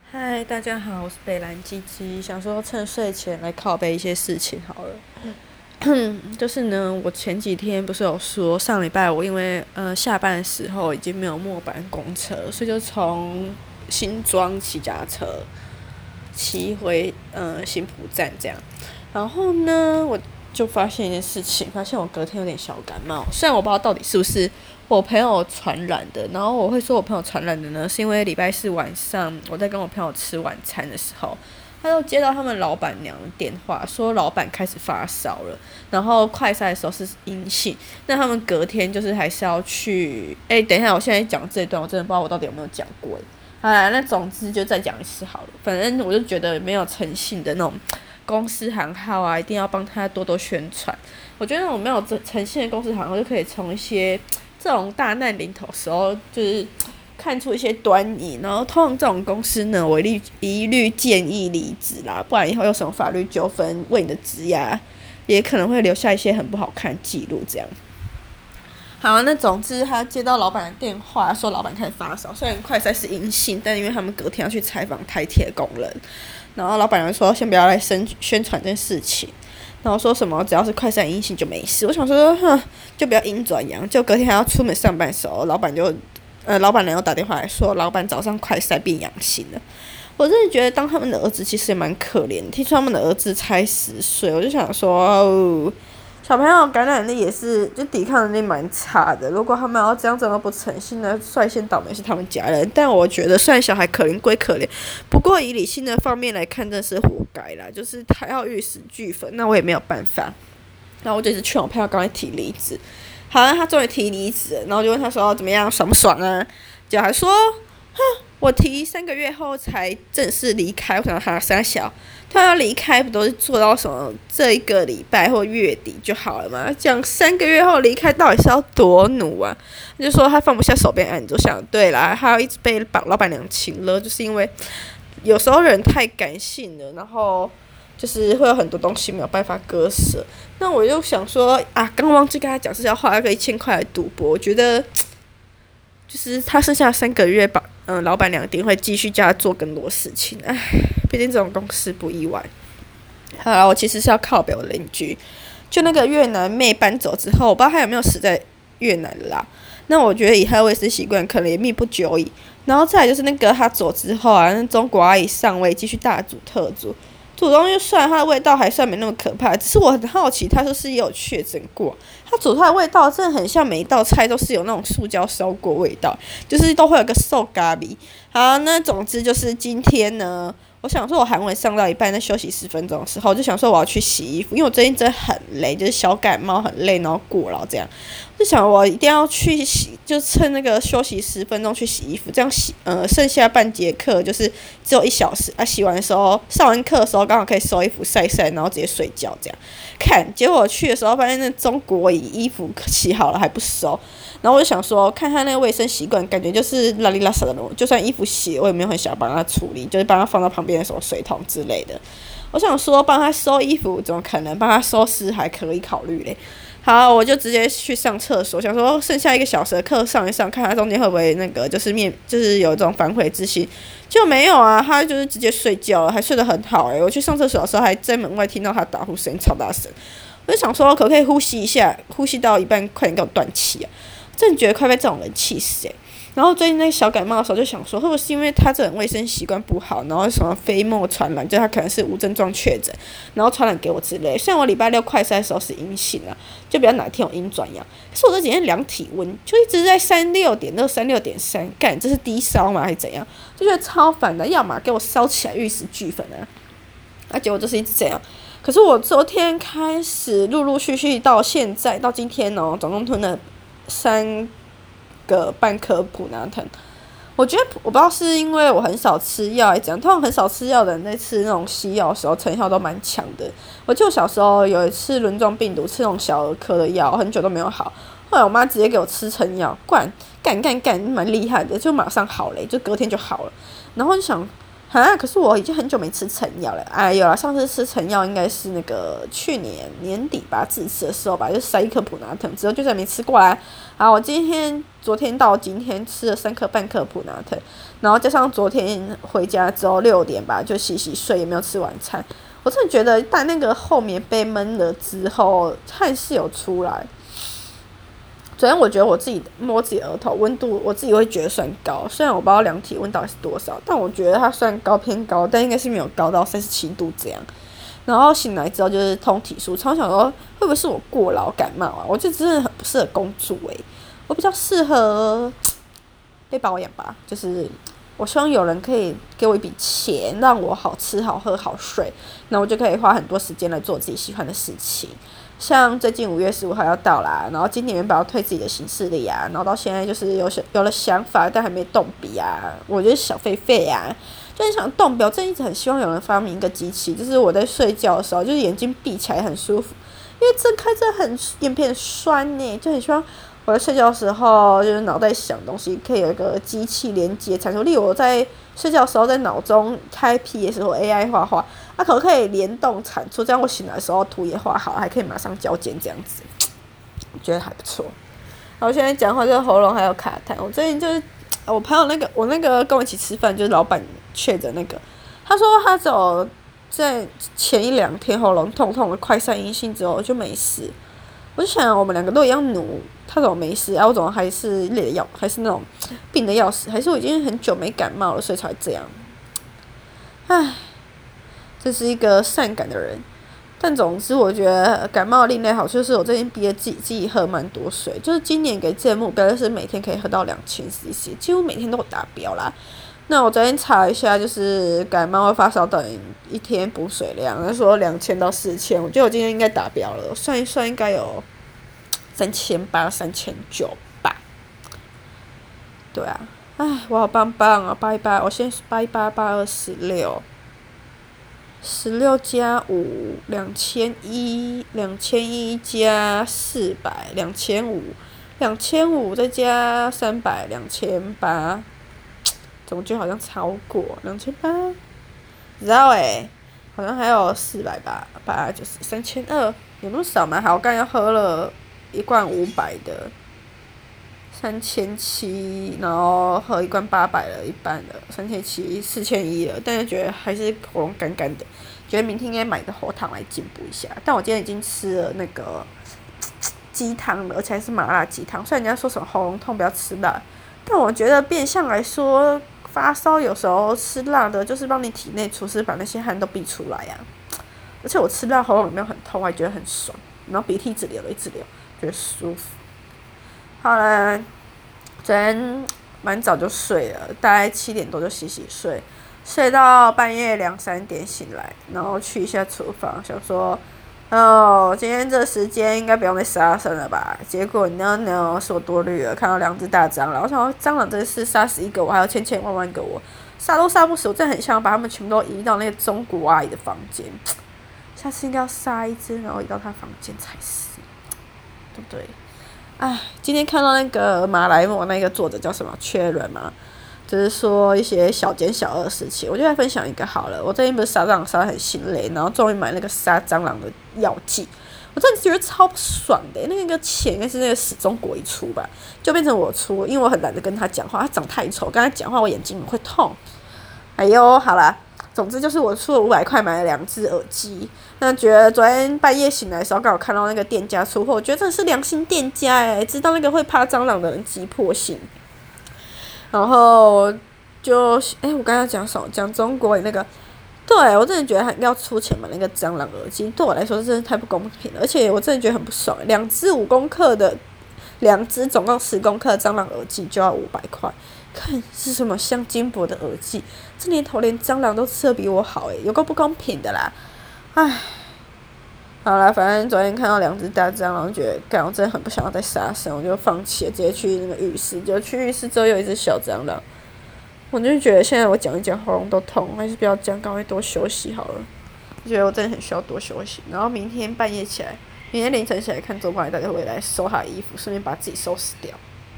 嗨，大家好，我是北兰鸡鸡，想说趁睡前来靠背一些事情好了。就是呢，我前几天不是有说上礼拜我因为下班的时候已经没有末班公车，所以就从新庄骑脚踏车骑回新浦站这样。然后呢，我就发现一件事情，发现我隔天有点小感冒。虽然我不知道到底是不是我朋友传染的，然后我会说我朋友传染的呢，是因为礼拜四晚上我在跟我朋友吃晚餐的时候，他就接到他们老板娘的电话，说老板开始发烧了，然后快筛的时候是阴性，那他们隔天就是还是要去。等一下，我现在讲这一段，我真的不知道我到底有没有讲过。那总之就再讲一次好了。反正我就觉得没有诚信的那种公司行号啊，一定要帮他多多宣传。我觉得那种没有诚信的公司行号，就可以从一些这种大难临头的时候，就是看出一些端倪。然后通常这种公司呢，我一律建议离职啦，不然以后有什么法律纠纷，为你的职涯也可能会留下一些很不好看的记录。这样。好，那总之他接到老板的电话，说老板开始发烧，虽然快筛是阴性，但因为他们隔天要去采访台铁工人，然后老板娘说先不要来宣传这件事情，然后说什么只要是快筛阴性就没事。我想说，就不要阴转阳。就隔天还要出门上班的时候，老板娘又打电话来说，老板早上快筛变阳性了。我真的觉得当他们的儿子其实也蛮可怜的，听说他们的儿子才10岁，我就想说，小朋友感染力也是，就抵抗能力蛮差的。如果他们要这样不诚信呢，率先倒霉是他们家人。但我觉得，虽然小孩可怜归可怜，不过以理性的方面来看，真的是活该啦。就是他要玉石俱焚，那我也没有办法。然后我就一直劝我朋友赶快提离职。好像他终于提离职了，然后就问他说怎么样，爽不爽啊？结果还说，我提3个月后才正式离开。我想他傻小，他要离开不都是做到什么这一个礼拜或月底就好了吗？讲3个月后离开到底是要多努啊？就说他放不下手边案子，我想对啦，他要一直被老板娘请了，就是因为有时候人太感性了，然后就是会有很多东西没有办法割舍。那我就想说啊，刚忘记跟他讲是要花那个1000块来赌博，我觉得就是他剩下3个月吧，老板娘一定会继续叫他做更多事情。毕竟这种公司不意外。好啦，我其实是要靠北我的邻居，就那个越南妹搬走之后，我不知道他有没有死在越南了啦。那我觉得以他的卫生习惯，可能也命不久矣。然后再来就是那个他走之后啊，那中国阿姨上位继续大煮特煮，煮东西虽然它的味道还算没那么可怕，只是我很好奇他是不是也有确诊过。它煮出来的味道真的很像每一道菜都是有那种塑胶烧过味道，就是都会有个瘦咖喱。好，那总之就是今天呢，我想说我韩文上到一半，在休息10分钟的时候，就想说我要去洗衣服，因为我最近真的很累，就是小感冒很累，然后过劳这样，就想我一定要去洗，就趁那个休息10分钟去洗衣服，这样剩下半节课就是只有1小时啊，洗完的时候上完课的时候刚好可以收衣服晒晒，然后直接睡觉这样。结果我去的时候发现那中国衣服洗好了还不收，然后我就想说，看他那个卫生习惯，感觉就是邋里邋遢的那种。就算衣服洗了，我也没有很想帮他处理，就是帮他放到旁边的什么水桶之类的。我想说，帮他收衣服，怎么可能？帮他收拾还可以考虑嘞。好，我就直接去上厕所，想说剩下1个小时的课上一上，看他中间会不会那个就是有这种反悔之心。就没有啊，他就是直接睡觉了，还睡得很好我去上厕所的时候，还在门外听到他打呼声超大声。我就想说，可不可以呼吸一下？呼吸到一半，快点给我断气啊！真的觉得快被这种人气死然后最近那个小感冒的时候，就想说，会不会是因为他这种卫生习惯不好，然后什么飞沫传染，就他可能是无症状确诊，然后传染给我之类。虽然我礼拜6快筛的时候是阴性啊，就不要哪天有阴转阳。可是我这几天量体温，就一直在36.2、36.3，干这是低烧吗？还是怎样？就觉得超烦的，要么给我烧起来玉石俱焚结果就是一直这样。可是我昨天开始陆陆续续到现在到今天总共吞了3个半颗普拿疼。我觉得我不知道是因为我很少吃药还是怎样，通常很少吃药的人在吃那种西药的时候成效都蛮强的。我记得我小时候有一次轮状病毒吃那种小儿科的药，很久都没有好，后来我妈直接给我吃成药，干蛮厉害的，就马上好了就隔天就好了。然后就想哈，可是我已经很久没吃成药了。哎，有了，上次吃成药应该是那个去年年底吧，自吃的时候吧，就塞一颗普拿疼，之后就再没吃过来。好，我昨天到今天吃了3颗半普拿疼，然后加上昨天回家之后6点吧就洗睡，也没有吃晚餐。我真的觉得带那个厚棉被闷了之后，汗是有出来。昨天我觉得我自己摸自己额头温度，我自己会觉得算高，虽然我不知道量体温到底是多少，但我觉得它算高偏高，但应该是没有高到37度这样。然后醒来之后就是通体舒畅，我想说会不会是我过劳感冒啊？我就真的很不适合工作我比较适合被保养吧，就是我希望有人可以给我一笔钱，让我好吃好喝好睡，那我就可以花很多时间来做自己喜欢的事情。像最近5月15号要到啦，然后今年原本要推自己的行事历啊，然后到现在就是有了想法，但还没动笔啊。我觉得小狒狒啊，就很想动笔。我真的一直很希望有人发明一个机器，就是我在睡觉的时候，就是眼睛闭起来很舒服，因为睁开真的很眼皮很酸呢，就很希望我在睡觉的时候，就是脑袋想东西，可以有一个机器连接产出。例如我在睡觉的时候，在脑中开 PS 或 AI 画画，它可不可以联动产出？这样我醒来的时候图也画好，还可以马上交件，这样子，我觉得还不错。然后现在讲话这个喉咙还有卡痰，我最近就是我朋友我那个跟我一起吃饭，就是老板确诊那个，他说他只有在前1-2天喉咙痛的快筛阴性之后就没事。我就想我们2个都一样努，他怎么没事？我怎么还是累的要，还是那种病的要死？还是我已经很久没感冒了，所以才这样？唉，这是一个善感的人。但总之，我觉得感冒的另类好处就是我最近逼着自己喝蛮多水，就是今年给自己的目标就是每天可以喝到2000cc，几乎每天都有达标啦。那我昨天查一下，就是感冒发烧等于1天补水量，他说2000到4000，我觉得我今天应该达标了，算一算应该有3800、3900吧。对啊，唉，我好棒棒啊！88，我先888216，16加52100，2100加400，2500，2500再加300，2800。总觉得好像超过2800，不知道好像还有400吧，8就是3200，有那么少吗？好，我刚要喝了1罐500的，3700，然后喝1罐800的一般的3700，4100了，但是觉得还是喉咙干干的，觉得明天应该买个喉糖来进补一下。但我今天已经吃了那个鸡汤了，而且还是麻辣鸡汤。虽然人家说什么喉咙痛不要吃辣，但我觉得变相来说，发烧有时候吃辣的，就是帮你体内除湿，把那些汗都逼出来呀。而且我吃辣喉咙没有很痛，我还觉得很爽，然后鼻涕一直流，觉得舒服。好了，昨天蛮早就睡了，大概7点多就洗睡，睡到半夜2-3点醒来，然后去一下厨房，想说今天这时间应该不用再杀生了吧？结果 no 是我多虑了，看到2只大蟑螂，我想说蟑螂真是杀死1个我还有千万个我，杀都杀不死，我真的很想把它们全部都移到那个中国阿姨的房间，下次应该要杀1只，然后移到她房间才是，对不对？唉，今天看到那个马来貘那个作者叫什么缺人嘛，就是说一些小奸小恶的事情，我就来分享一个好了。我最近不是杀蟑螂杀得很心累，然后终于买那个杀蟑螂的药剂，我真的觉得超不爽的。那个钱应该是那个始终国一出吧，就变成我出，因为我很懒得跟他讲话，他长太丑，跟他讲话我眼睛会痛。哎呦，好啦，总之就是我出了500块买了2只耳机。那觉得昨天半夜醒来的时候，刚好看到那个店家出货，我觉得真的是良心店家知道那个会怕蟑螂的人急迫性。然后就我刚刚讲什么？讲中国那个，对我真的觉得要出钱买那个蟑螂耳机，对我来说真的太不公平了。而且我真的觉得很不爽，2只5公克的，2只总共10公克的蟑螂耳机就要500块，看是什么像金箔的耳机，这年头连蟑螂都吃得比我好有够不公平的啦！唉，好啦，反正昨天看到2只大蟑螂，觉得我真的很不想要再杀生，我就放弃了，直接去那个浴室。就去浴室之后有1只小蟑螂，我就觉得现在我讲一讲喉咙都痛，还是不要讲，赶快多休息好了。我觉得我真的很需要多休息，然后明天半夜起来，明天凌晨起来看周冠宇到底会来收他的衣服，顺便把自己收拾掉。